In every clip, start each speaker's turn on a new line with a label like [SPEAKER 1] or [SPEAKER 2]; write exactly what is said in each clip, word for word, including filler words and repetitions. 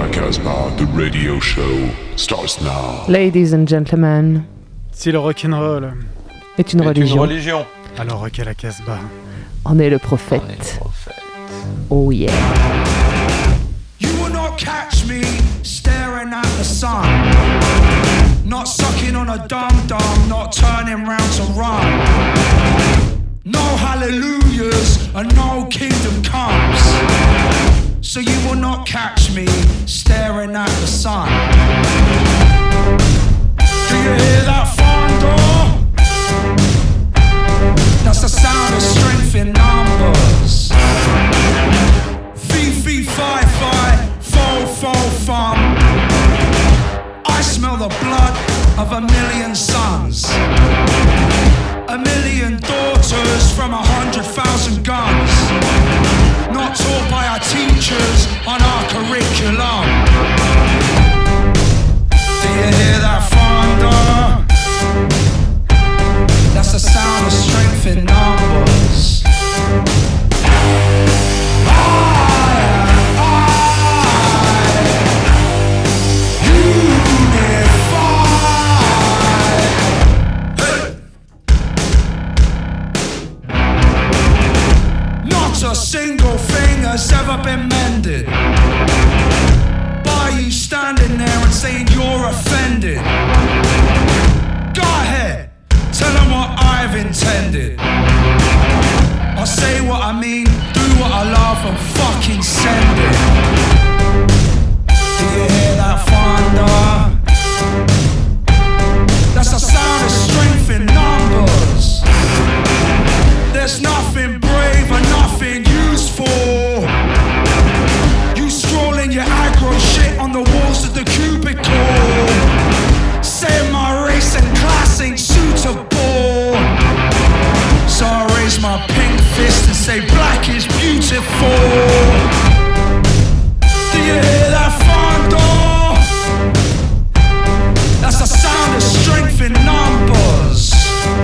[SPEAKER 1] la Casbah, the radio show starts now.
[SPEAKER 2] Ladies and gentlemen.
[SPEAKER 3] Si le rock'n'roll
[SPEAKER 2] est une
[SPEAKER 4] est
[SPEAKER 2] religion.
[SPEAKER 4] Une religion.
[SPEAKER 3] Alors Rock à la Casbah.
[SPEAKER 2] On est le prophète.
[SPEAKER 4] On est le prophète.
[SPEAKER 2] Oh yeah.
[SPEAKER 5] You will not catch me staring at the sun. Not sucking on a dum-dum, not turning round to run. No hallelujahs and no kingdom comes. So you will not catch me staring at the sun. Do you hear that thunder? That's the sound of strength in numbers. Fee, fee, fi, fi, fo, fo, fum. I smell the blood of a million sons. A million daughters from a hundred thousand guns. Not taught by our teachers on our curriculum. Do you hear that thunder? That's the sound of strength in numbers. A single thing has ever been mended by you standing there and saying you're offended. Go ahead, tell them what I've intended. I'll say what I mean, do what I love and fucking send it. Do you hear that thunder? That's the sound of strength in numbers. There's nothing brave and nothing useful. You scrolling your aggro shit on the walls of the cubicle, saying my race and class ain't suitable. So I raise my pink fist and say black is beautiful. Do you hear that thunder? That's the sound of strength in numbers.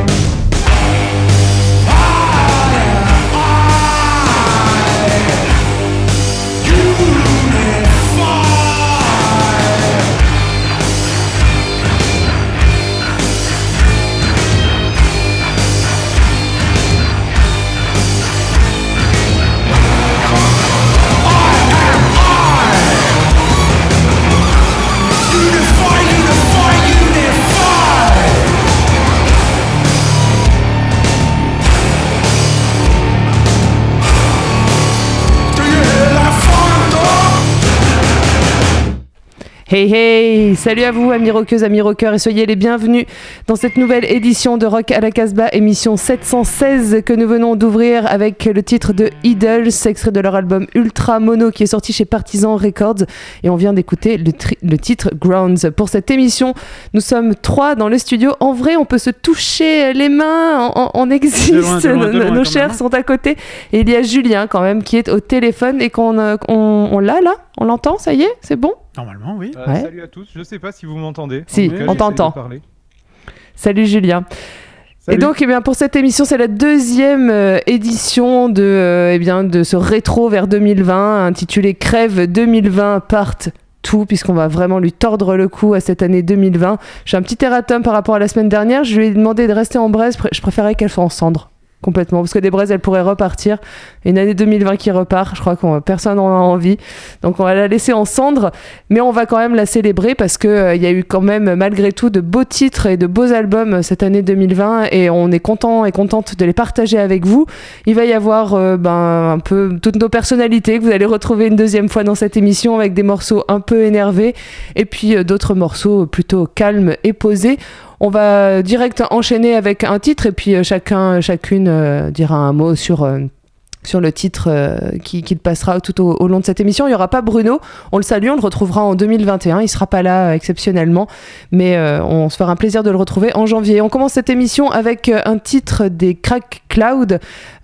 [SPEAKER 2] Hey hey, salut à vous amis rockeuses, amis rockeurs et soyez les bienvenus dans cette nouvelle édition de Rock à la Casbah, émission sept cent seize que nous venons d'ouvrir avec le titre de Idols, extrait de leur album Ultra Mono qui est sorti chez Partisan Records et on vient d'écouter le, tri- le titre Grounds. Pour cette émission, nous sommes trois dans le studio. En vrai, on peut se toucher les mains, on, on existe,
[SPEAKER 3] de loin, de loin, de loin,
[SPEAKER 2] nos chairs sont à côté et il y a Julien quand même qui est au téléphone et qu'on on, on l'a là, on l'entend, ça y est, c'est bon ?
[SPEAKER 3] Normalement, oui.
[SPEAKER 6] Euh,
[SPEAKER 2] Ouais.
[SPEAKER 6] Salut à tous, je sais pas si vous m'entendez.
[SPEAKER 2] Si,
[SPEAKER 6] En tout cas,
[SPEAKER 2] on
[SPEAKER 6] j'essaye
[SPEAKER 2] t'entend.
[SPEAKER 6] de parler.
[SPEAKER 2] Salut Julien.
[SPEAKER 6] Salut.
[SPEAKER 2] Et donc, eh bien, pour cette émission, c'est la deuxième euh, édition de, euh, eh bien, de ce rétro vers deux mille vingt, intitulé Crève deux mille vingt Part deux, puisqu'on va vraiment lui tordre le cou à cette année deux mille vingt. J'ai un petit erratum par rapport à la semaine dernière. Je lui ai demandé de rester en braise. Je préférais qu'elle soit en cendre. Complètement, parce que des braises, elles pourraient repartir. Une année deux mille vingt qui repart, je crois que personne n'en a envie. Donc on va la laisser en cendre, mais on va quand même la célébrer parce qu'il euh, y a eu quand même, malgré tout, de beaux titres et de beaux albums cette année deux mille vingt et on est content et contente de les partager avec vous. Il va y avoir euh, ben, un peu toutes nos personnalités que vous allez retrouver une deuxième fois dans cette émission avec des morceaux un peu énervés et puis euh, d'autres morceaux plutôt calmes et posés. On va direct enchaîner avec un titre et puis euh, chacun, chacune euh, dira un mot sur, euh, sur le titre euh, qui, qui passera tout au, au long de cette émission. Il n'y aura pas Bruno, on le salue, on le retrouvera en deux mille vingt et un. Il ne sera pas là euh, exceptionnellement, mais euh, on se fera un plaisir de le retrouver en janvier. On commence cette émission avec euh, un titre des Crack Cloud.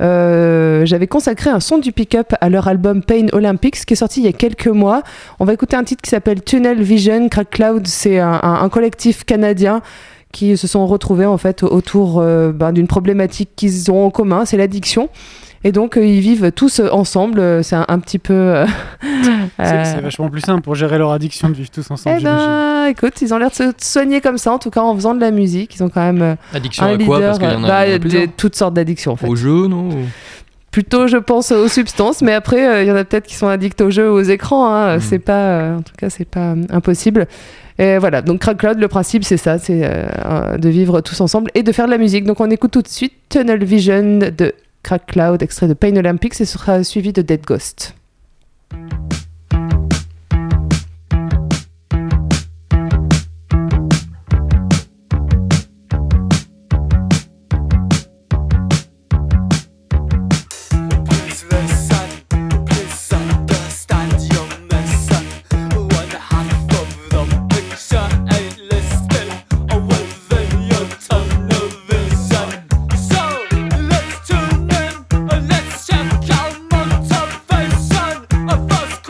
[SPEAKER 2] Euh, j'avais consacré un son du pick-up à leur album Pain Olympics qui est sorti il y a quelques mois. On va écouter un titre qui s'appelle Tunnel Vision. Crack Cloud, c'est un, un, un collectif canadien qui se sont retrouvés en fait autour euh, ben, d'une problématique qu'ils ont en commun, c'est l'addiction. Et donc, euh, ils vivent tous euh, ensemble. Euh, C'est un, un petit peu... euh,
[SPEAKER 3] C'est
[SPEAKER 2] euh,
[SPEAKER 3] c'est vachement plus simple pour gérer leur addiction de vivre tous ensemble,
[SPEAKER 2] Eh
[SPEAKER 3] j'imagine.
[SPEAKER 2] ben, écoute, ils ont l'air de se soigner comme ça, en tout cas en faisant de la musique. Ils ont quand même euh,
[SPEAKER 4] Addiction
[SPEAKER 2] un
[SPEAKER 4] à quoi?
[SPEAKER 2] leader.
[SPEAKER 4] Parce qu'il y en a,
[SPEAKER 2] bah,
[SPEAKER 4] il y en a
[SPEAKER 2] de-
[SPEAKER 4] plusieurs.
[SPEAKER 2] toutes sortes d'addictions, en fait.
[SPEAKER 4] Au jeu, non?
[SPEAKER 2] Plutôt, je pense, aux substances, mais après, euh, il y en a peut-être qui sont addicts aux jeux ou aux écrans. Hein.
[SPEAKER 4] Mm.
[SPEAKER 2] C'est pas, euh, en tout cas, c'est pas euh, impossible. Et voilà, donc Crack Cloud, le principe, c'est ça, c'est euh, de vivre tous ensemble et de faire de la musique. Donc on écoute tout de suite Tunnel Vision de Crack Cloud, extrait de Pain Olympics, et ce sera suivi de Dead Ghost.
[SPEAKER 7] Please listen, please understand your mission. One half of the picture ain't listed within your tunnel vision. So let's tune in and let's check out motivation. First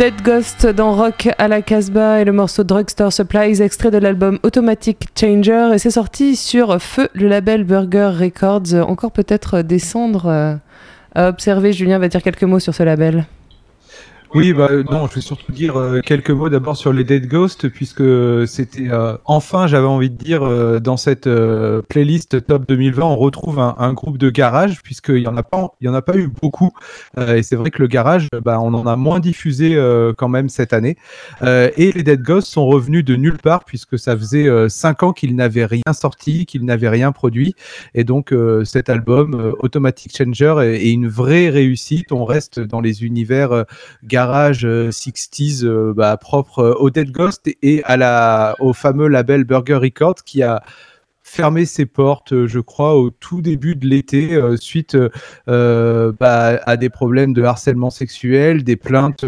[SPEAKER 2] Dead Ghost dans Rock à la Casbah et le morceau Drugstore Supplies, extrait de l'album Automatic Changer, et c'est sorti sur Feu, le label Burger Records. Encore peut-être des cendres euh, à observer. Julien va dire quelques mots sur ce label.
[SPEAKER 6] Oui, bah euh, non, je vais surtout dire euh, quelques mots d'abord sur les Dead Ghost, puisque c'était euh, enfin, j'avais envie de dire, euh, dans cette euh, playlist Top deux mille vingt, on retrouve un, un groupe de garage, puisqu'il y en a pas, il y en a pas eu beaucoup, euh, et c'est vrai que le garage, bah, on en a moins diffusé euh, quand même cette année. Euh, et les Dead Ghost sont revenus de nulle part, puisque ça faisait euh, cinq ans qu'ils n'avaient rien sorti, qu'ils n'avaient rien produit, et donc euh, cet album euh, Automatic Changer est, est une vraie réussite. On reste dans les univers euh, garage euh, sixties euh, bah, propre euh, au Dead Ghost et, et à la, au fameux label Burger Records qui a fermé ses portes, euh, je crois, au tout début de l'été, euh, suite euh, bah, à des problèmes de harcèlement sexuel, des plaintes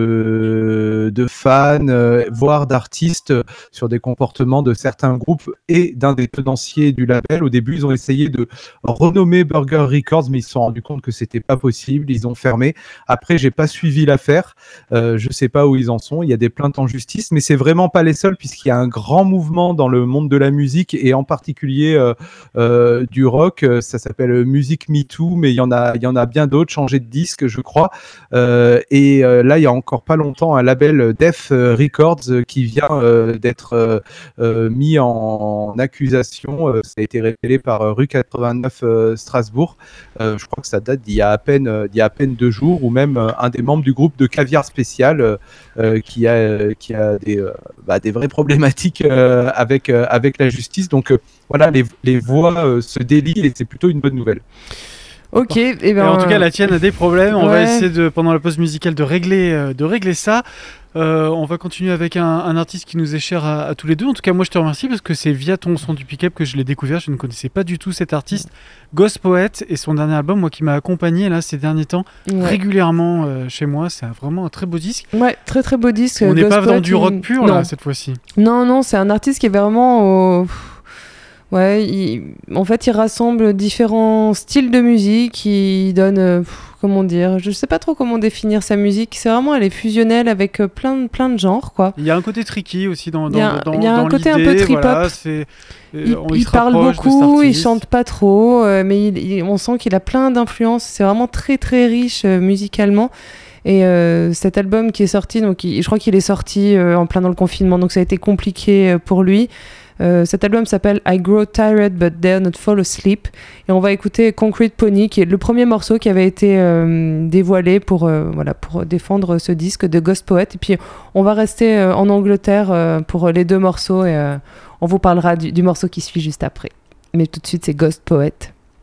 [SPEAKER 6] de, de fans, euh, voire d'artistes sur des comportements de certains groupes et d'un des tenanciers du label. Au début, ils ont essayé de renommer Burger Records, mais ils se sont rendus compte que c'était pas possible. Ils ont fermé. Après, j'ai pas suivi l'affaire. Euh, je sais pas où ils en sont. Il y a des plaintes en justice, mais c'est vraiment pas les seuls, puisqu'il y a un grand mouvement dans le monde de la musique et en particulier Euh, euh, du rock. Ça s'appelle Music Me Too, mais il y en a, il y en a bien d'autres. Changer de disque, je crois. Euh, et euh, là, il y a encore pas longtemps, un label Def Records euh, qui vient euh, d'être euh, euh, mis en, en accusation. Euh, ça a été révélé par euh, Rue quatre-vingt-neuf euh, Strasbourg. Euh, je crois que ça date d'il y a à peine, euh, d'il y a à peine deux jours, ou même euh, un des membres du groupe de Caviar Spécial euh, euh, qui a, euh, qui a des, euh, bah, des vraies problématiques euh, avec, euh, avec la justice. Donc euh, voilà, les, les voix euh, se délient et c'est plutôt une bonne nouvelle.
[SPEAKER 2] Ok, et ben.
[SPEAKER 3] Et en tout cas, la tienne a des problèmes. On
[SPEAKER 2] Ouais.
[SPEAKER 3] va essayer de, pendant la pause musicale de régler, euh, de régler ça. Euh, on va continuer avec un, un artiste qui nous est cher à, à tous les deux. En tout cas, moi, je te remercie parce que c'est via ton son du pick-up que je l'ai découvert. Je ne connaissais pas du tout cet artiste, Ghost Poet, et son dernier album, moi, qui m'a accompagné là ces derniers temps
[SPEAKER 2] Ouais.
[SPEAKER 3] régulièrement euh, chez moi. C'est un- vraiment un très beau disque.
[SPEAKER 2] Ouais, très très beau disque.
[SPEAKER 3] On n'est
[SPEAKER 2] Ghost
[SPEAKER 3] pas dans
[SPEAKER 2] Poet,
[SPEAKER 3] du
[SPEAKER 2] il-
[SPEAKER 3] rock pur
[SPEAKER 2] non.
[SPEAKER 3] là cette fois-ci.
[SPEAKER 2] Non, non, c'est un artiste qui est vraiment au... Ouais, il... en fait, il rassemble différents styles de musique, il donne, euh, pff, comment dire, je sais pas trop comment définir sa musique, c'est vraiment, elle est fusionnelle avec euh, plein, de, plein de genres, quoi.
[SPEAKER 3] Il y a un côté tricky aussi dans, dans,
[SPEAKER 2] Il y a-
[SPEAKER 3] dans,
[SPEAKER 2] il y a un
[SPEAKER 3] dans
[SPEAKER 2] côté un
[SPEAKER 3] l'idée,
[SPEAKER 2] peu trip-hop.
[SPEAKER 3] voilà, c'est- euh,
[SPEAKER 2] Il,
[SPEAKER 3] on-
[SPEAKER 2] il
[SPEAKER 3] se
[SPEAKER 2] parle
[SPEAKER 3] rapproche de cet
[SPEAKER 2] beaucoup, il
[SPEAKER 3] artiste.
[SPEAKER 2] chante pas trop, euh, mais il, il- on sent qu'il a plein d'influences, c'est vraiment très très riche euh, musicalement. Et euh, cet album qui est sorti, donc il- je crois qu'il est sorti euh, en plein dans le confinement, donc ça a été compliqué euh, pour lui. Euh, cet album s'appelle I Grow Tired But Dare Not Fall Asleep, et on va écouter Concrete Pony, qui est le premier morceau qui avait été euh, dévoilé pour, euh, voilà, pour défendre ce disque de Ghost Poet. Et puis on va rester euh, en Angleterre euh, pour les deux morceaux, et euh, on vous parlera du, du morceau qui suit juste après. Mais tout de suite, c'est Ghost Poet.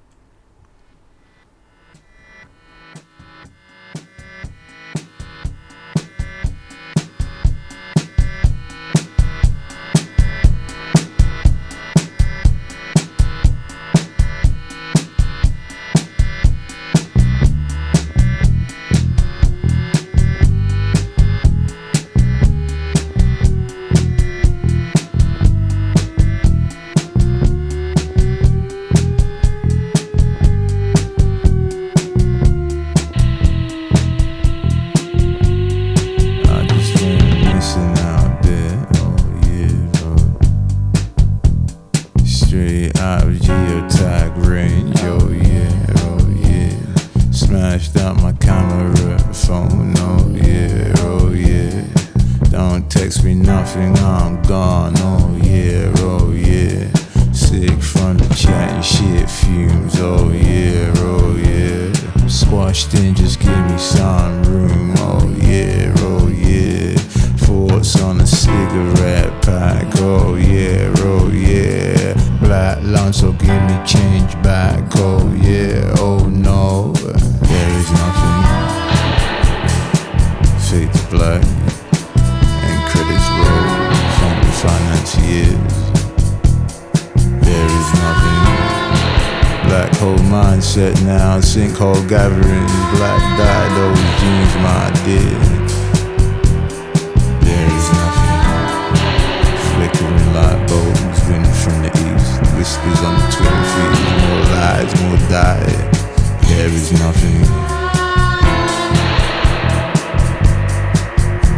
[SPEAKER 4] I just been missing out there, oh yeah, oh. Straight out of geotag range, oh yeah, oh yeah. Smashed out my camera phone, oh yeah, oh yeah. Don't text me nothing, I'm gone, oh yeah, oh yeah. Sick from the chatting shit fumes, oh yeah, oh yeah. Squashed in, just give me some room, oh yeah, oh yeah. Thoughts on a cigarette pack, oh yeah, oh yeah. Black lunch, so give me change back, oh yeah, oh no. There is nothing. Fade to black, and credits roll from the financiers. There is nothing. Black hole mindset now, sinkhole gatherings, black dye, those jeans, my dear. There is nothing. Flickering light bulbs, wind from the east, whispers on the twin feet, more lies, more die. There is nothing.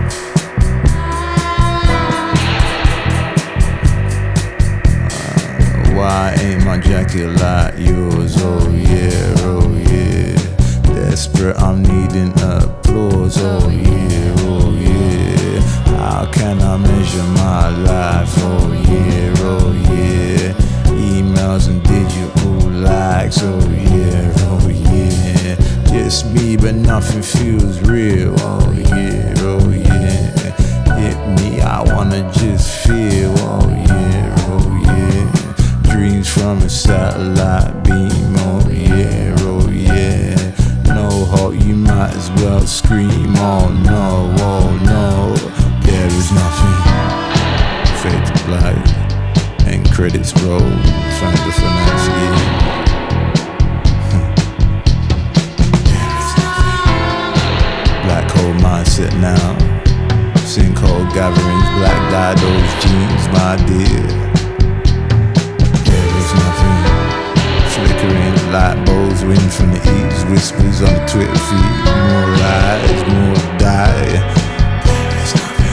[SPEAKER 4] pocket like yours. Oh yeah, oh yeah. Desperate, I'm needing applause. Oh yeah, oh yeah. How can I measure my life? Oh yeah, oh yeah. Emails and digital likes. Oh yeah, oh yeah. Just me, but nothing feels real. Oh yeah, oh yeah. Hit me, I wanna just feel. Oh yeah, oh yeah. Dreams from a satellite beam. Oh yeah, oh yeah. No hope, you might as well scream. Oh no, oh no. There is nothing. Fade to black and credits roll. Find the finance, yeah. Black hole mindset now. Sinkhole gatherings, black dye, those jeans, my dear. There is nothing. Flickering light bulbs, wind from the east, whispers on the Twitter feed. More lies, more die. There is nothing.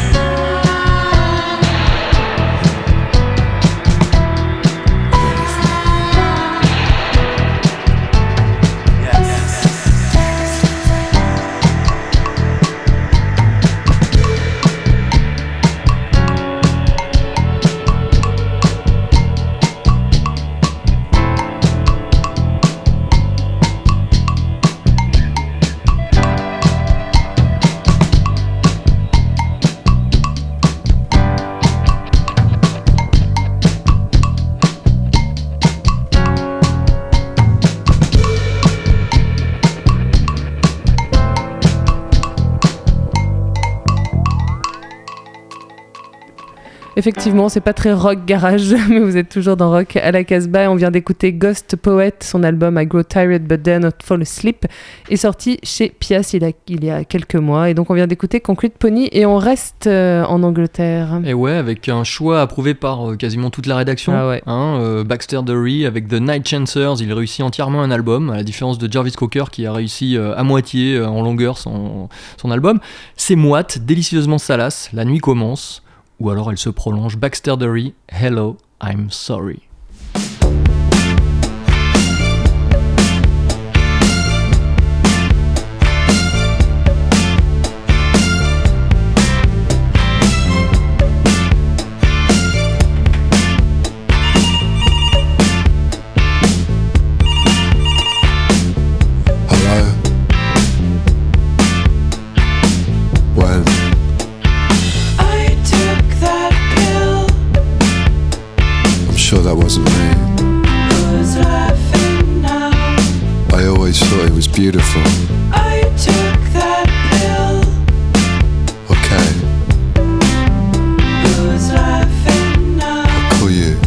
[SPEAKER 2] Effectivement, c'est pas très rock garage, mais vous êtes toujours dans Rock à la Casbah et on vient d'écouter Ghost Poet, son album I Grow Tired But Dare Not Fall Asleep est sorti chez Pias il, a, il y a quelques mois et donc on vient d'écouter Concrete Pony et on reste euh, en Angleterre.
[SPEAKER 8] Et ouais, avec un choix approuvé par euh, quasiment toute la rédaction.
[SPEAKER 2] Ah ouais.
[SPEAKER 8] hein, euh, Baxter Dury avec The Night Chancers, il réussit entièrement un album, à la différence de Jarvis Cocker qui a réussi euh, à moitié euh, en longueur son, son album. C'est moite, délicieusement salace, la nuit commence. Ou alors elle se prolonge. Baxter Dury, Hello, I'm Sorry.
[SPEAKER 9] Sure that wasn't me.
[SPEAKER 10] Who's laughing now?
[SPEAKER 9] I always thought it was beautiful.
[SPEAKER 10] I took that pill.
[SPEAKER 9] Okay,
[SPEAKER 10] Who's laughing now?
[SPEAKER 9] I'll call you.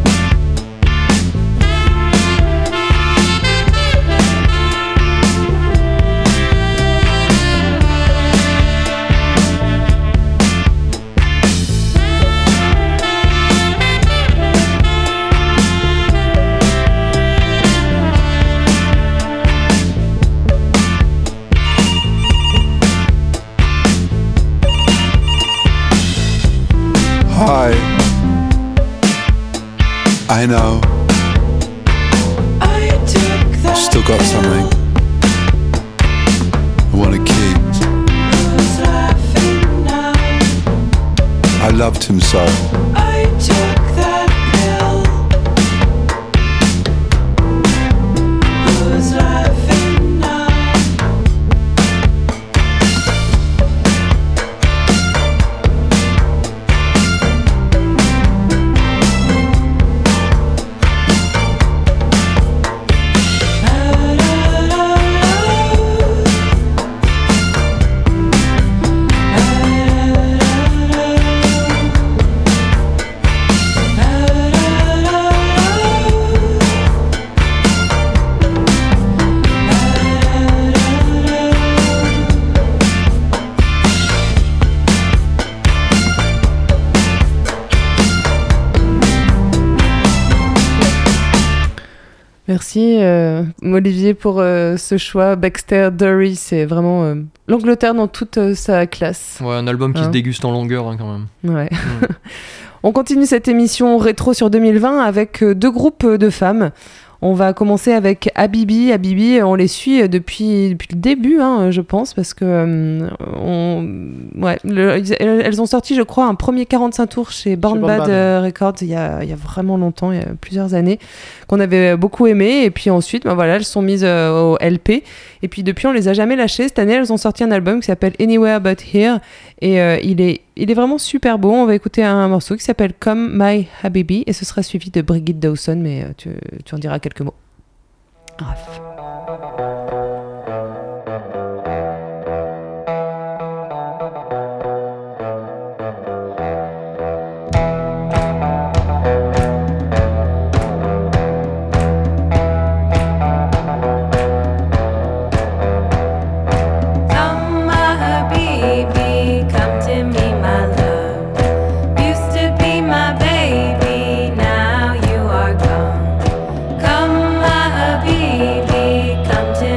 [SPEAKER 9] Hi. I know.
[SPEAKER 10] I took that
[SPEAKER 9] Still got something I want to keep.
[SPEAKER 10] Who's laughing now?
[SPEAKER 9] I loved him so.
[SPEAKER 10] I took that pill. Who's laughing now?
[SPEAKER 2] Merci euh, Olivier pour euh, ce choix. Baxter Dury, c'est vraiment euh, l'Angleterre dans toute euh, sa classe.
[SPEAKER 8] Ouais, un album qui
[SPEAKER 2] Hein.
[SPEAKER 8] se déguste en longueur hein, quand même.
[SPEAKER 2] Ouais.
[SPEAKER 8] Mm.
[SPEAKER 2] On continue cette émission rétro sur deux mille vingt avec euh, deux groupes de femmes. On va commencer avec Habibi. Habibi, on les suit depuis, depuis le début, hein, je pense, parce que euh, on, ouais, le, elles ont sorti, je crois, un premier quarante-cinq tours chez Born
[SPEAKER 3] Chez Born
[SPEAKER 2] Bad
[SPEAKER 3] Bad.
[SPEAKER 2] euh, Records il y, a, il y a vraiment longtemps, il y a plusieurs années, qu'on avait beaucoup aimé. Et puis ensuite, ben voilà, elles sont mises euh, au L P. Et puis depuis, on les a jamais lâchées. Cette année, elles ont sorti un album qui s'appelle Anywhere But Here. Et euh, il, est, il est vraiment super beau. On va écouter un morceau qui s'appelle Come My Habibi. Et ce sera suivi de Brigitte Dawson, mais euh, tu, tu en diras quelques mots. Bref.
[SPEAKER 10] Come, my habibi, come to me, my love. Used to be my baby, now you are gone. Come, my habibi, come to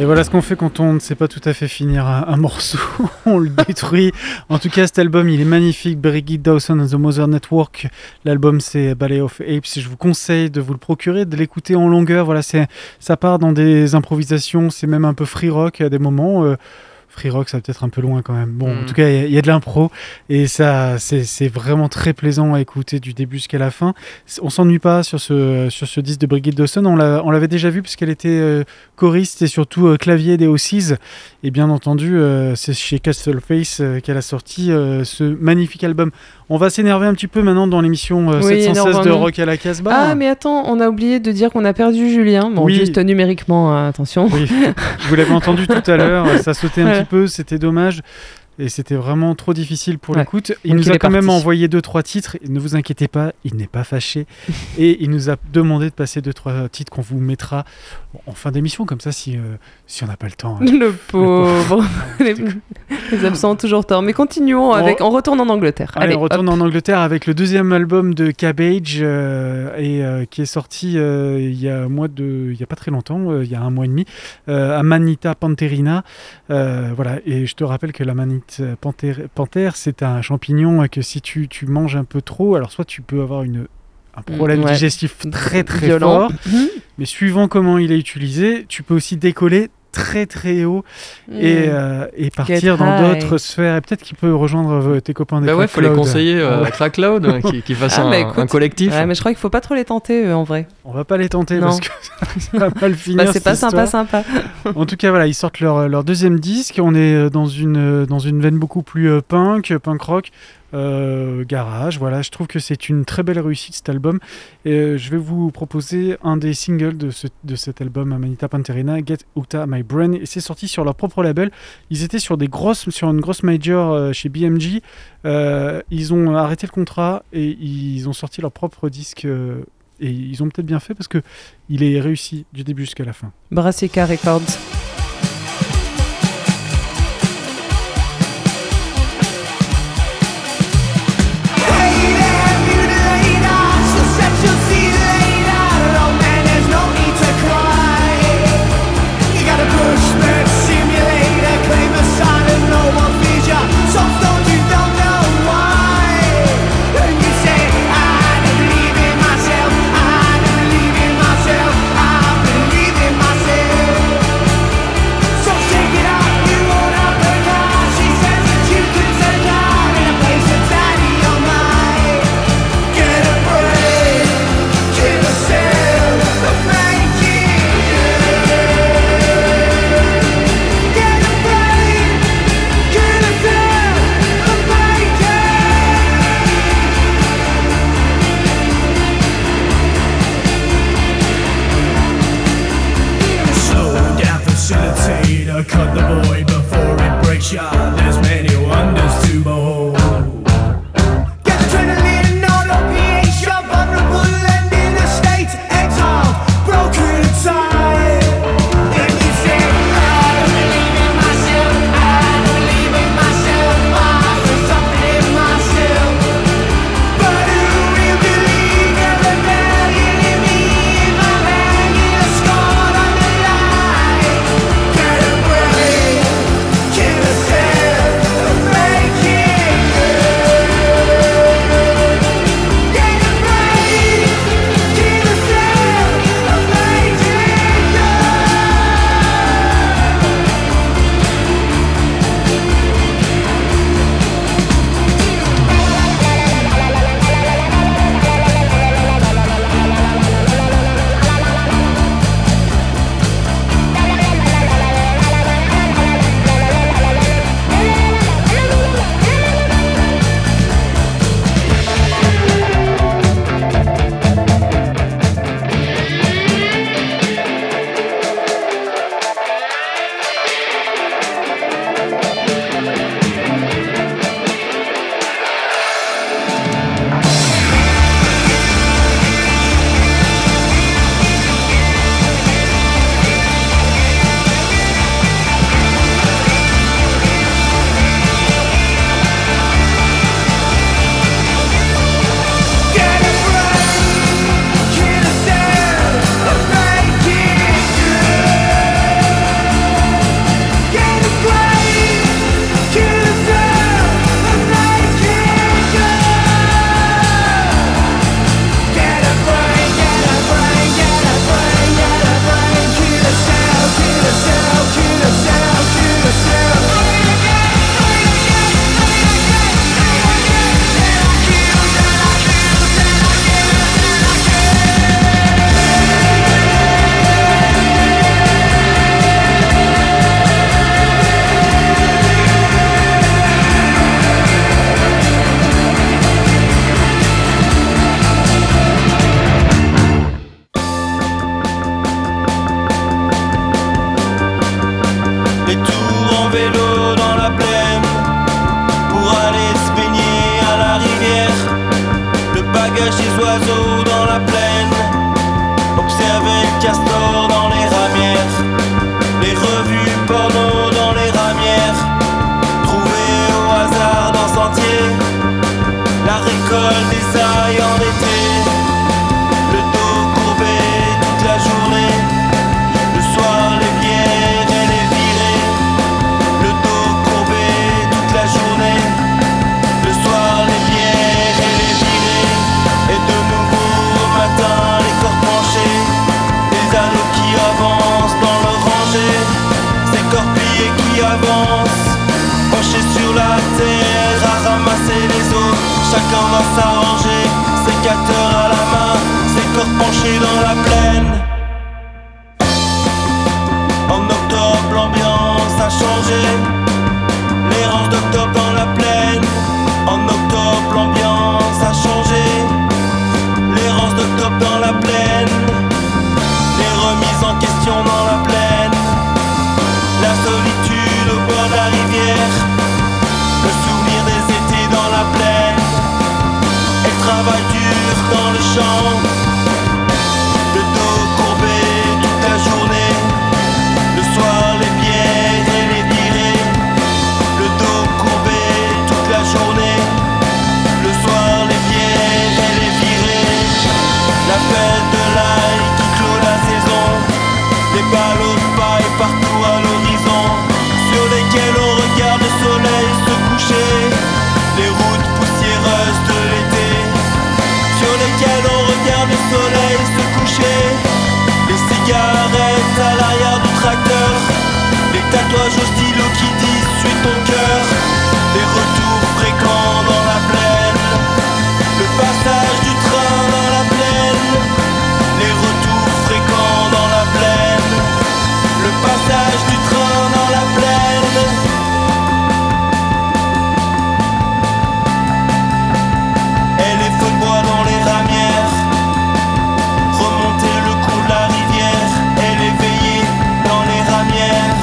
[SPEAKER 3] voilà ce qu'on fait quand on ne sait pas tout à fait finir un, un morceau, on le détruit. En tout cas, cet album, il est magnifique. Brigitte Dawson and the Mother Network. L'album, c'est Ballet of Apes. Je vous conseille de vous le procurer, de l'écouter en longueur. Voilà, c'est, ça part dans des improvisations, c'est même un peu free rock à des moments. Euh, Free rock, ça va peut-être un peu loin quand même. Bon, mm. en tout cas, il y, y a de l'impro et ça, c'est, c'est vraiment très plaisant à écouter du début jusqu'à la fin. On s'ennuie pas sur ce, sur ce disque de Brigitte Dawson. On, l'a, on l'avait déjà vu puisqu'elle était euh, choriste et surtout euh, clavier des Ossies. Et bien entendu, euh, c'est chez Castle Face euh, qu'elle a sorti euh, ce magnifique album. On va s'énerver un petit peu maintenant dans l'émission euh, oui, sept cent seize de Rock à la Casbah.
[SPEAKER 2] Ah, mais attends, on a oublié de dire qu'on a perdu Julien. Bon, oui. Juste numériquement, hein, attention.
[SPEAKER 3] Oui, vous l'avez entendu tout à l'heure, ça sautait un ouais. petit peu, c'était dommage. Et c'était vraiment trop difficile pour ouais. l'écoute. Il Donc nous il a quand parti. même envoyé deux trois titres. Et ne vous inquiétez pas, il n'est pas fâché. Et il nous a demandé de passer deux trois titres qu'on vous mettra en fin d'émission, comme ça, si, euh, si on n'a pas le temps. Hein.
[SPEAKER 2] Le pauvre. Le pauvre. les, les absents ont toujours tort. Mais continuons. Avec... On retourne en Angleterre.
[SPEAKER 3] Allez,
[SPEAKER 2] Allez,
[SPEAKER 3] on retourne
[SPEAKER 2] hop.
[SPEAKER 3] en Angleterre avec le deuxième album de Cabbage, euh, et, euh, qui est sorti euh, il y a un mois de... il y a pas très longtemps, euh, il y a un mois et demi, euh, Amanita Pantherina. Euh, voilà. Et je te rappelle que l'Amanita Panthère, panthère, c'est un champignon que si tu, tu manges un peu trop, alors soit tu peux avoir une, un problème ouais. digestif très très
[SPEAKER 2] violent,
[SPEAKER 3] fort, mmh. mais suivant comment il est utilisé, tu peux aussi décoller très très haut mmh. et, euh, et partir dans d'autres sphères. Et peut-être qu'il peut rejoindre tes copains des
[SPEAKER 8] Bah
[SPEAKER 3] Crack
[SPEAKER 8] ouais, faut les
[SPEAKER 3] Cloud.
[SPEAKER 8] conseiller euh, à Crack Cloud, euh, qui, qui fassent ah, un, bah écoute, un collectif.
[SPEAKER 2] Ouais, mais je crois qu'il faut pas trop les tenter eux, en vrai.
[SPEAKER 3] On va pas les tenter non. parce que ça va mal finir.
[SPEAKER 2] Bah, c'est pas
[SPEAKER 3] histoire.
[SPEAKER 2] sympa, sympa.
[SPEAKER 3] En tout cas, voilà, ils sortent leur, leur deuxième disque. On est dans une, dans une veine beaucoup plus euh, punk, punk rock. Euh, garage, voilà, je trouve que c'est une très belle réussite cet album et euh, je vais vous proposer un des singles de, ce, de cet album Amanita Pantherina, Get Out of My Brain, et c'est sorti sur leur propre label. Ils étaient sur, des grosses, sur une grosse major euh, chez B M G, euh, ils ont arrêté le contrat et ils ont sorti leur propre disque euh, et ils ont peut-être bien fait parce que il est réussi du début jusqu'à la fin.
[SPEAKER 2] Brassica Records.
[SPEAKER 5] Cut the boy before it breaks ya. There's many wonders to behold. Get adrenaline, not opiates. You're vulnerable and in a state exiled, broken inside. And you say, I don't believe in myself. I don't believe in myself. I feel something in myself. But who will believe the rebellion in me if I'm hanging a scar on the line? Get a break, get a sense.
[SPEAKER 11] oiseaux dans la plaine, observer le castor dans les ramières, les revues porno dans les ramières, trouver au hasard d'un sentier la récolte des ailles en été, le dos courbé toute la journée, le soir les bières et les virées, le dos courbé toute la journée, le soir les bières et les virées, et de nouveau au matin les corps penchés, des anneaux qui avancent dans le rangée, ces corps pliés qui avancent, penchés sur la terre à ramasser les eaux, chacun va s'arranger, sécateur à la main, ces corps penchés dans la plaine. En octobre l'ambiance a changé, l'errance d'octobre dans la plaine. En octobre l'ambiance a changé, l'errance d'octobre dans la plaine, les remises en question dans la plaine, la solitude au bord de la rivière, le souvenir des étés dans la plaine, et le travail dur dans le champ, le dos courbé toute la journée, le soir les bières et les virées, le dos courbé toute la journée, le soir les bières et les virées, la fête de l'ail qui clôt la saison, les ballots de paille partout à l'horizon, sur lesquels on regarde le soleil se coucher, les routes poussiéreuses de l'été, sur lesquelles on regarde le soleil se coucher, les cigarettes à l'arrière du tracteur, les tatouages au stylo qui disent suis ton cœur, les retours fréquents dans la plaine, le passage du train dans la plaine, les retours fréquents dans la plaine, le passage du train dans la plaine. Et les feux de bois dans les ramières, remonter le cours de la rivière, et les veillées dans les ramières.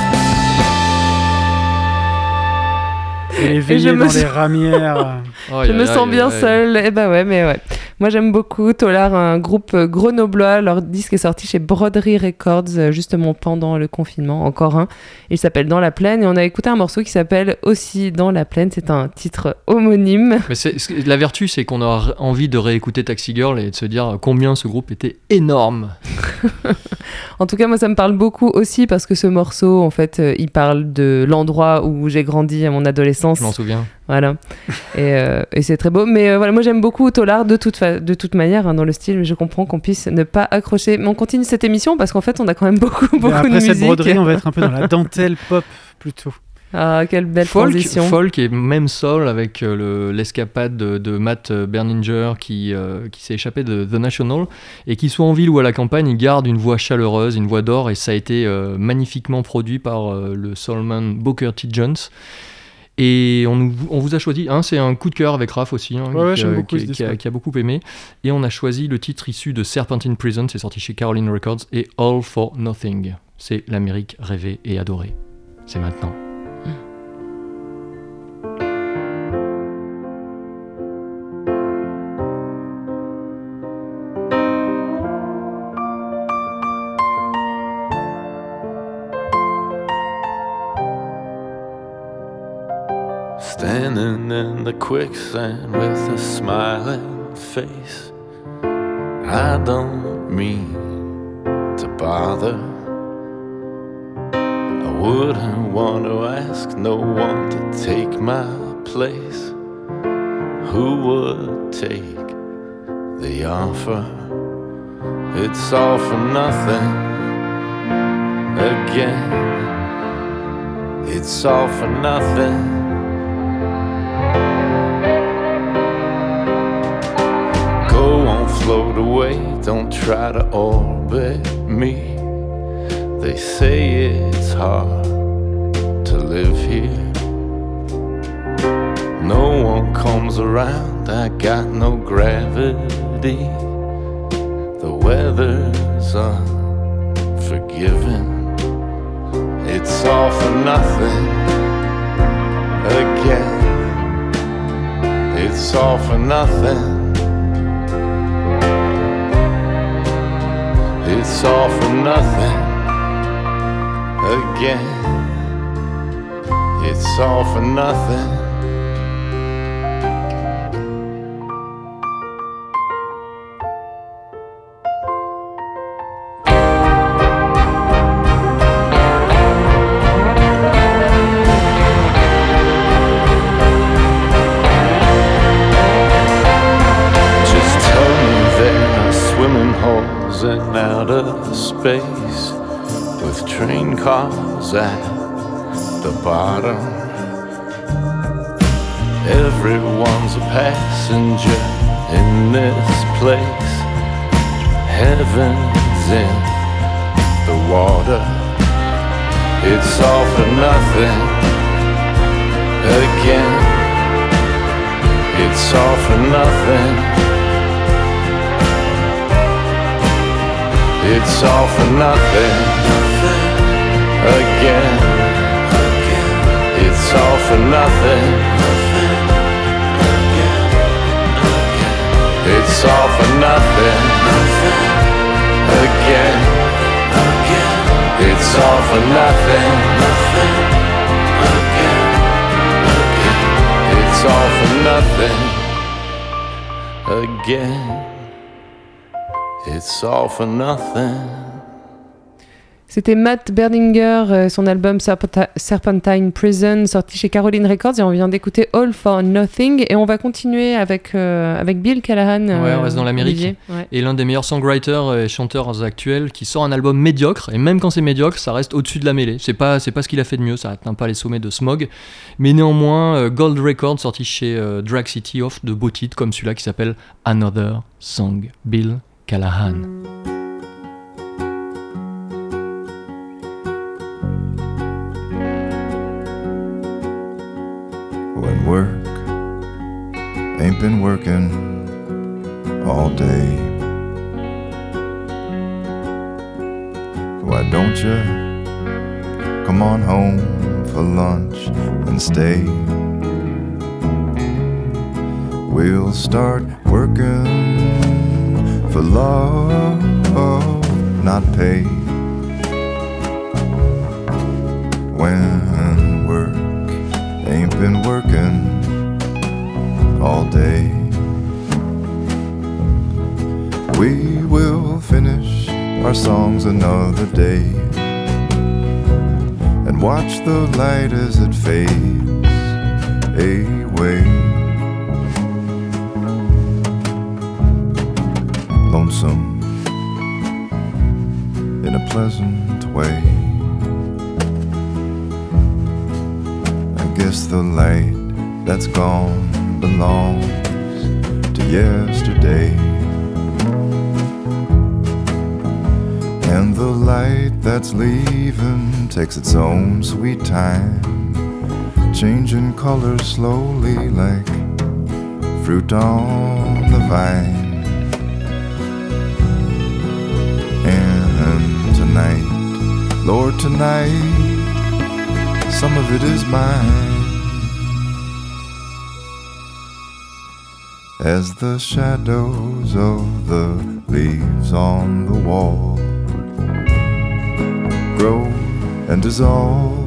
[SPEAKER 3] Et les
[SPEAKER 2] Et
[SPEAKER 3] veillées
[SPEAKER 2] je me
[SPEAKER 3] dans
[SPEAKER 2] sens-
[SPEAKER 3] les ramières.
[SPEAKER 2] Je me sens bien seule. Eh ben ouais, mais ouais. Moi j'aime beaucoup Tolar, un groupe grenoblois. Leur disque est sorti chez Broderie Records euh, justement pendant le confinement, encore un. Il s'appelle Dans la plaine et on a écouté un morceau qui s'appelle aussi Dans la plaine. C'est un titre homonyme.
[SPEAKER 8] Mais c'est, c'est- la vertu, c'est qu'on a r- envie de réécouter Taxi Girl et de se dire combien ce groupe était énorme.
[SPEAKER 2] En tout cas, moi ça me parle beaucoup aussi parce que ce morceau, en fait, euh, il parle de l'endroit où j'ai grandi à mon adolescence.
[SPEAKER 8] Je m'en souviens.
[SPEAKER 2] Voilà. et, euh, et c'est très beau. Mais euh, voilà, moi j'aime beaucoup Tolar de toute, fa- de toute manière hein, dans le style, mais je comprends qu'on puisse ne pas accrocher. Mais on continue cette émission parce qu'en fait on a quand même beaucoup, beaucoup
[SPEAKER 3] Mais après
[SPEAKER 2] de
[SPEAKER 3] cette
[SPEAKER 2] musique.
[SPEAKER 3] broderie, on va être un peu dans la dentelle pop plutôt.
[SPEAKER 2] Ah, quelle belle
[SPEAKER 8] Folk,
[SPEAKER 2] transition.
[SPEAKER 8] folk et même soul avec euh, le, l'escapade de, de Matt Berninger qui, euh, qui s'est échappé de The National et qui soit en ville ou à la campagne, il garde une voix chaleureuse, une voix d'or et ça a été euh, magnifiquement produit par euh, le soulman Booker T. Jones. Et on, nous- on vous a choisi, hein, c'est un coup de cœur avec Raph aussi, hein,
[SPEAKER 3] Ouais, ouais,
[SPEAKER 8] qui,
[SPEAKER 3] j'aime
[SPEAKER 8] a-
[SPEAKER 3] beaucoup
[SPEAKER 8] qui,
[SPEAKER 3] ce
[SPEAKER 8] qui a,
[SPEAKER 3] disque.
[SPEAKER 8] qui a beaucoup aimé. Et on a choisi le titre issu de Serpentine Prison, c'est sorti chez Caroline Records, et All for Nothing. C'est l'Amérique rêvée et adorée. C'est maintenant.
[SPEAKER 12] Standing in the quicksand with a smiling face. I don't mean to bother. I wouldn't want to ask no one to take my place. Who would take the offer? It's all for nothing again. It's all for nothing. Go on, float away, don't try to orbit me. They say it's hard to live here. No one comes around, I got no gravity. The weather's unforgiving. It's all for nothing again. It's all for nothing. It's all for nothing again. It's all for nothing.
[SPEAKER 11] And out of space with train cars at the bottom. Everyone's a passenger in this place. Heaven's in the water. It's all for nothing again. It's all for nothing. It's all for nothing, nothing again. again. It's all for nothing, nothing again. again. It's all for nothing, nothing again. again. It's all for nothing, nothing again. again. It's all for nothing again. It's all for nothing.
[SPEAKER 2] C'était Matt Berninger, euh, son album Serpenta- Serpentine Prison, sorti chez Caroline Records, et on vient d'écouter All for Nothing. Et on va continuer avec, euh, avec Bill Callahan.
[SPEAKER 8] Ouais,
[SPEAKER 2] euh,
[SPEAKER 8] on reste dans l'Amérique.
[SPEAKER 2] ouais.
[SPEAKER 8] Et l'un des meilleurs songwriters et chanteurs actuels qui sort un album médiocre. Et même quand c'est médiocre, ça reste au-dessus de la mêlée. C'est pas, c'est pas ce qu'il a fait de mieux, ça n'atteint pas les sommets de Smog. Mais néanmoins, euh, Gold Records, sorti chez euh, Drag City, offre de beaux titres comme celui-là qui s'appelle Another Song. Bill Callahan.
[SPEAKER 13] When work ain't been working all day, why don't you come on home for lunch and stay? We'll start working for love, not pay. When work ain't been working all day, we will finish our songs another day and watch the light as it fades away. Lonesome in a pleasant way. I guess the light that's gone belongs to yesterday, and the light that's leaving takes its own sweet time, changing color slowly like fruit on the vine. And tonight, Lord, tonight, some of it is mine. As the shadows of the leaves on the wall grow and dissolve,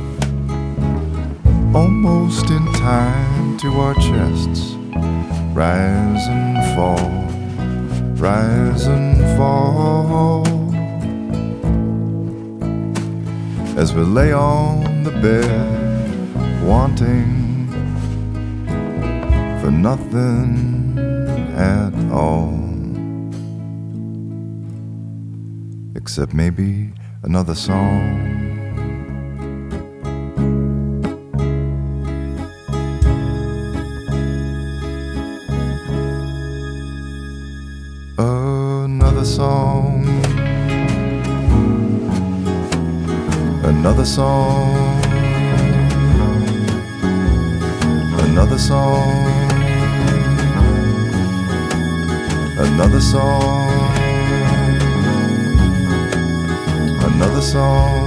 [SPEAKER 13] almost in time to our chests, rise and fall, rise and fall. As we lay on the bed, wanting for nothing at all, except maybe another song. Another song, another song, another song, another song, another song.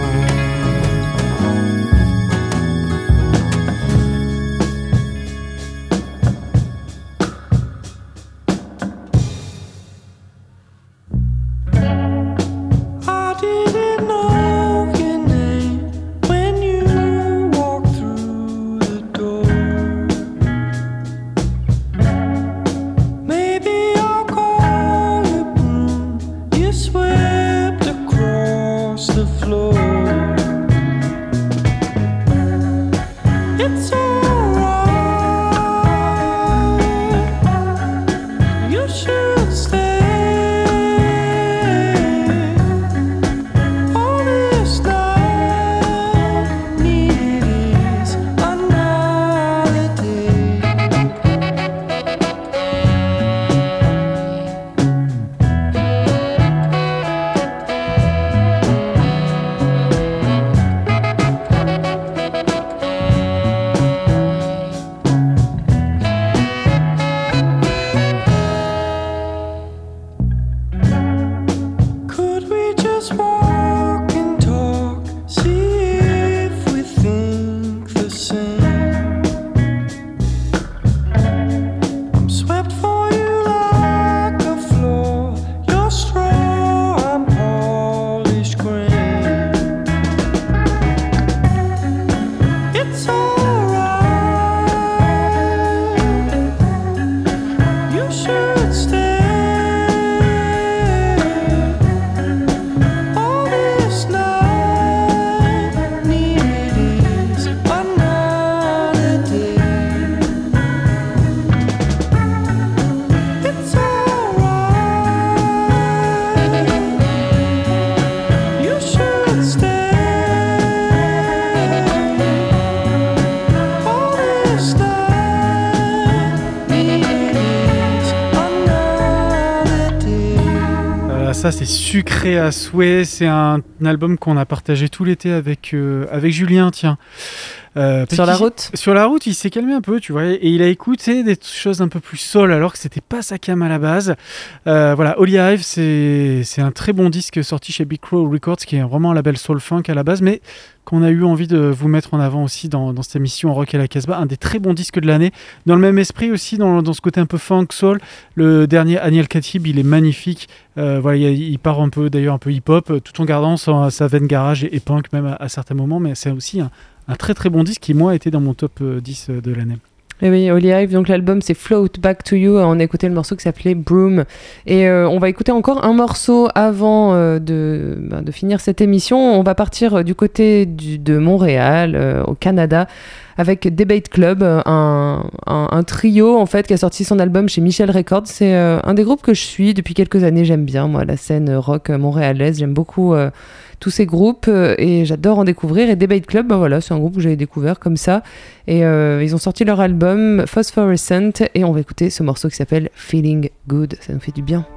[SPEAKER 3] ça c'est sucré à souhait. C'est un, un album qu'on a partagé tout l'été avec, euh, avec Julien, tiens. Euh,
[SPEAKER 2] sur la route
[SPEAKER 3] Sur la route, il s'est calmé un peu, tu vois, et il a écouté des choses un peu plus soul, alors que c'était pas sa cam à la base. Euh, voilà, Holy Hive, c'est, c'est un très bon disque sorti chez Big Crow Records, qui est vraiment un label soul funk à la base, mais qu'on a eu envie de vous mettre en avant aussi dans, dans cette émission Rock à la Casbah, un des très bons disques de l'année. Dans le même esprit aussi, dans, dans ce côté un peu funk soul, le dernier Aniel Khatib, il est magnifique. Euh, voilà, il, il part un peu, d'ailleurs un peu hip-hop, tout en gardant sa, sa veine garage et, et punk même à, à certains moments, mais c'est aussi un Un très très bon disque qui, moi, était dans mon top dix de l'année.
[SPEAKER 2] Et oui, Holy Hive, donc l'album c'est Float Back to You. On a écouté le morceau qui s'appelait Broom. Et euh, on va écouter encore un morceau avant euh, de, bah, de finir cette émission. On va partir du côté du, de Montréal, euh, au Canada, avec Debate Club, un, un, un trio en fait qui a sorti son album chez Michel Records. C'est euh, un des groupes que je suis depuis quelques années. J'aime bien, moi, la scène rock montréalaise. J'aime beaucoup euh, tous ces groupes euh, et j'adore en découvrir. Et Debate Club, bah voilà, c'est un groupe que j'avais découvert comme ça. Et euh, ils ont sorti leur album Phosphorescent et on va écouter ce morceau qui s'appelle Feeling Good. Ça nous fait du bien.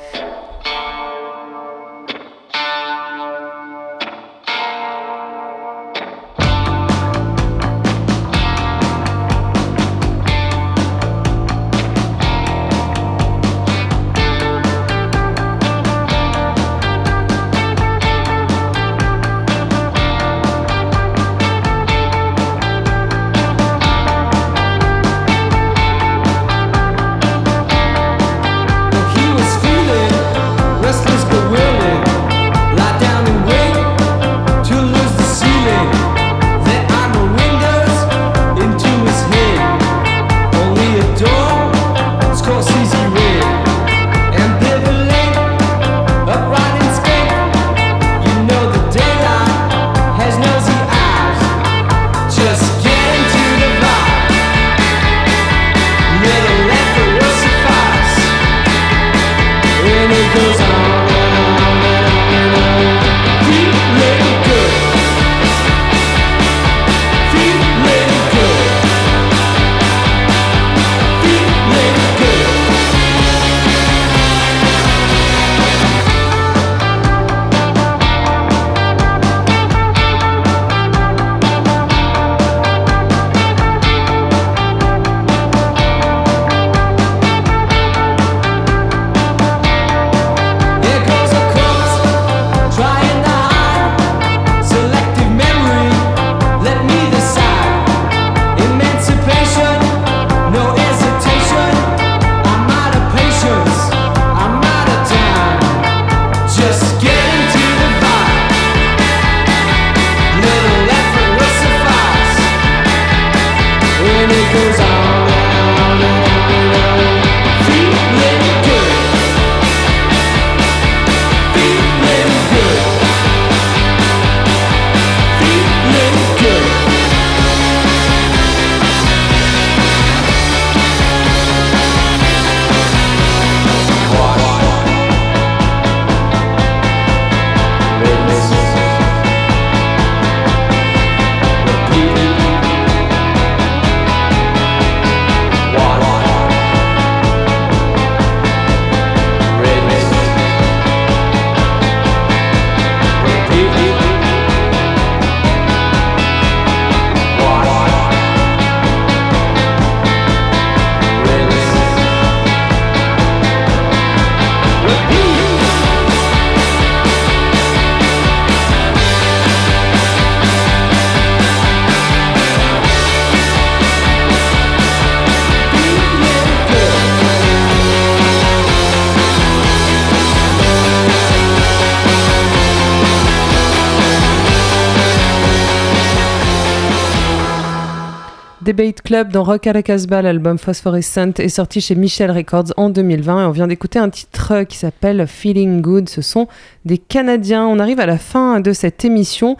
[SPEAKER 2] Debate Club dans Rock à la Casbah, l'album Phosphorescent est sorti chez Michel Records en deux mille vingt et on vient d'écouter un titre qui s'appelle Feeling Good. Ce sont des Canadiens. On arrive à la fin de cette émission.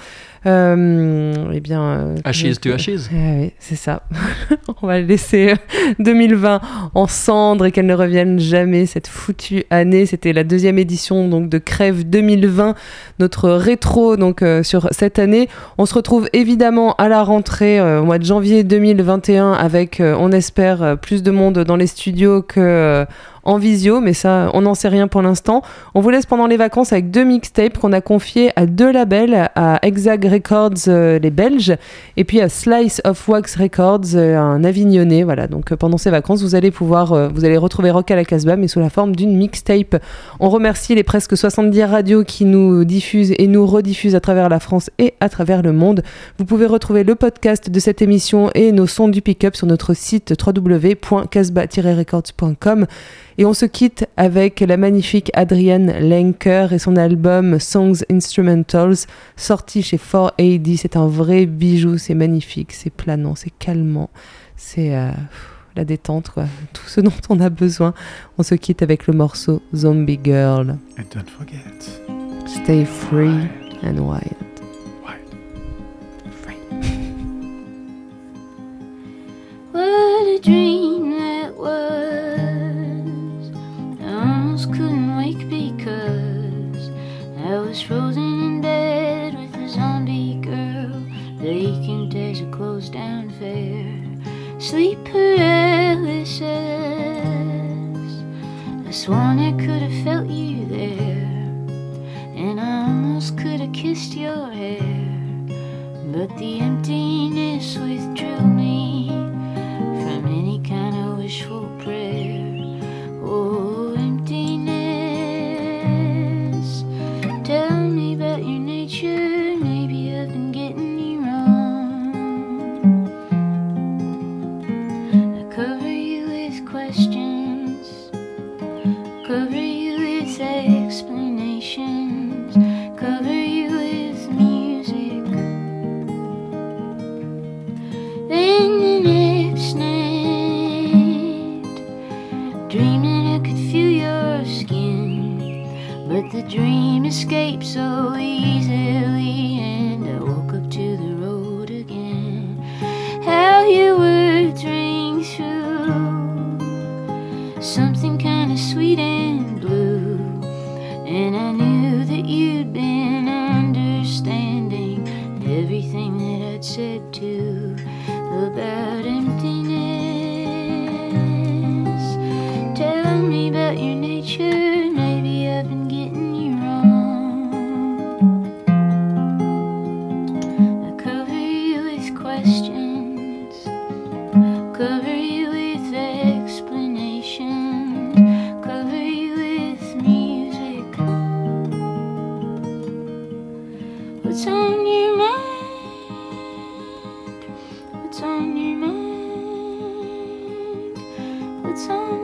[SPEAKER 2] Euh, eh bien, euh,
[SPEAKER 8] Ashes to Ashes.
[SPEAKER 2] Eh oui, c'est ça. On va laisser deux mille vingt en cendres et qu'elle ne revienne jamais, cette foutue année. C'était la deuxième édition donc de Crève deux mille vingt, notre rétro donc euh, sur cette année. On se retrouve évidemment à la rentrée euh, au mois de janvier deux mille vingt et un avec, euh, on espère, euh, plus de monde dans les studios que euh, en visio, mais ça, on n'en sait rien pour l'instant. On vous laisse pendant les vacances avec deux mixtapes qu'on a confiés à deux labels, à Exag Records, euh, les Belges, et puis à Slice of Wax Records, euh, un Avignonnais. Voilà, donc euh, pendant ces vacances, vous allez pouvoir, euh, vous allez retrouver Rock à la Casbah, mais sous la forme d'une mixtape. On remercie les presque soixante-dix radios qui nous diffusent et nous rediffusent à travers la France et à travers le monde. Vous pouvez retrouver le podcast de cette émission et nos sons du pick-up sur notre site w w w point casbah tiret records point com. Et on se quitte avec la magnifique Adrienne Lenker et son album Songs Instrumentals, sorti chez four A D. C'est un vrai bijou, c'est magnifique, c'est planant, c'est calmant, c'est euh, la détente, quoi. Tout ce dont on a besoin. On se quitte avec le morceau Zombie Girl.
[SPEAKER 3] And don't forget,
[SPEAKER 2] stay free and wild.
[SPEAKER 14] What a dream that was. I almost couldn't wake because I was frozen in bed with a zombie girl, vacant as a closed down fair. Sleep paralysis. I sworn I could have felt you there, and I almost could have kissed your hair, but the emptiness withdrew me from any kind of wishful prayer. Oh, emptiness, tell me about your nature. Maybe I've been getting you wrong. I cover you with questions, cover you with explanations, cover you with music. Then the next night, dreaming I could feel your skin, but the dream escaped so easily, and I woke up to the road again. How your words ring through, something kind of sweet and blue, and I knew that you'd been understanding everything that I'd said too about emptiness. Tell me about your nature. Maybe I've been getting you wrong. I cover you with questions, cover you with explanations, cover you with music. What's on your mind? What's on your mind? What's on